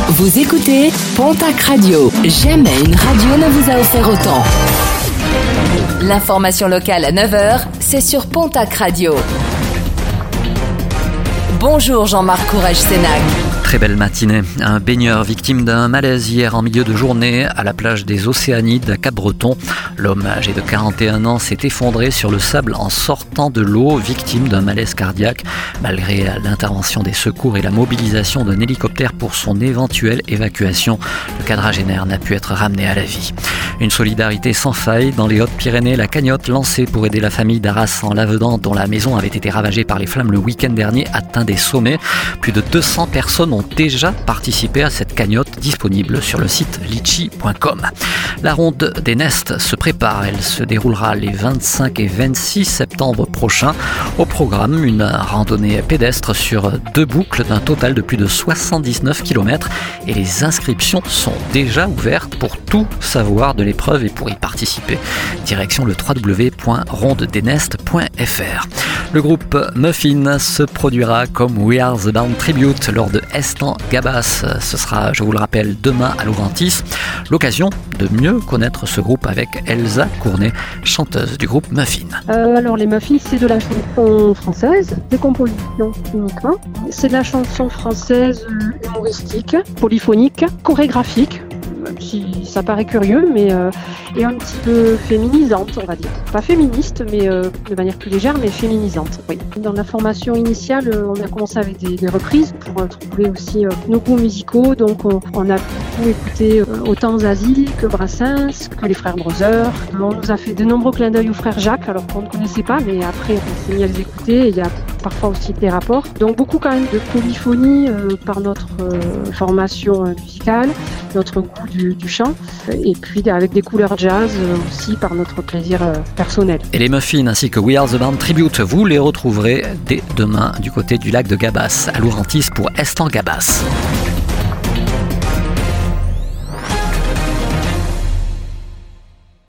Vous écoutez Pontac Radio. Jamais une radio ne vous a offert autant. L'information locale à 9h, c'est sur Pontac Radio. Bonjour Jean-Marc Courage-Sénac. Très belle matinée. Un baigneur victime d'un malaise hier en milieu de journée à la plage des Océanides à Cap-Breton. L'homme âgé de 41 ans s'est effondré sur le sable en sortant de l'eau, victime d'un malaise cardiaque. Malgré l'intervention des secours et la mobilisation d'un hélicoptère pour son éventuelle évacuation, le quadragénaire n'a pu être ramené à la vie. Une solidarité sans faille dans les Hautes-Pyrénées. La cagnotte lancée pour aider la famille d'Arras en Lavedan, dont la maison avait été ravagée par les flammes le week-end dernier, atteint des sommets. Plus de 200 personnes ont déjà participé à cette cagnotte disponible sur le site litchi.com. La ronde des Nestes se prépare. Elle se déroulera les 25 et 26 septembre prochains. Au programme, une randonnée pédestre sur 2 boucles d'un total de plus de 79 km. Et les inscriptions sont déjà ouvertes pour tout savoir de l'épreuve et pour y participer. Direction le www.rondedesnestes.fr. Le groupe Muffin se produira comme We Are The Band Tribute lors de Estan Gabas. Ce sera, je vous le rappelle, demain à Lourentis. L'occasion de mieux connaître ce groupe avec Elsa Cournet, chanteuse du groupe Muffin. Alors les Muffins, c'est de la chanson française, des compositions uniquement. C'est de la chanson française humoristique, polyphonique, chorégraphique, même si ça paraît curieux, mais et un petit peu féminisante, on va dire. Pas féministe, mais de manière plus légère, mais féminisante. Oui. Dans la formation initiale, on a commencé avec des reprises pour trouver aussi nos goûts musicaux. Donc on a beaucoup écouté autant Zazie que Brassens, que les frères Brothers. On nous a fait de nombreux clins d'œil aux frères Jacques, alors qu'on ne connaissait pas, mais après on s'est mis à les écouter. Il y a parfois aussi des rapports. Donc beaucoup quand même de polyphonie par notre formation musicale, notre goût du chant, et puis avec des couleurs jazz aussi par notre plaisir personnel. Et les Muffins ainsi que We Are The Band Tribute, vous les retrouverez dès demain du côté du lac de Gabas à Lourentis pour Estan Gabas.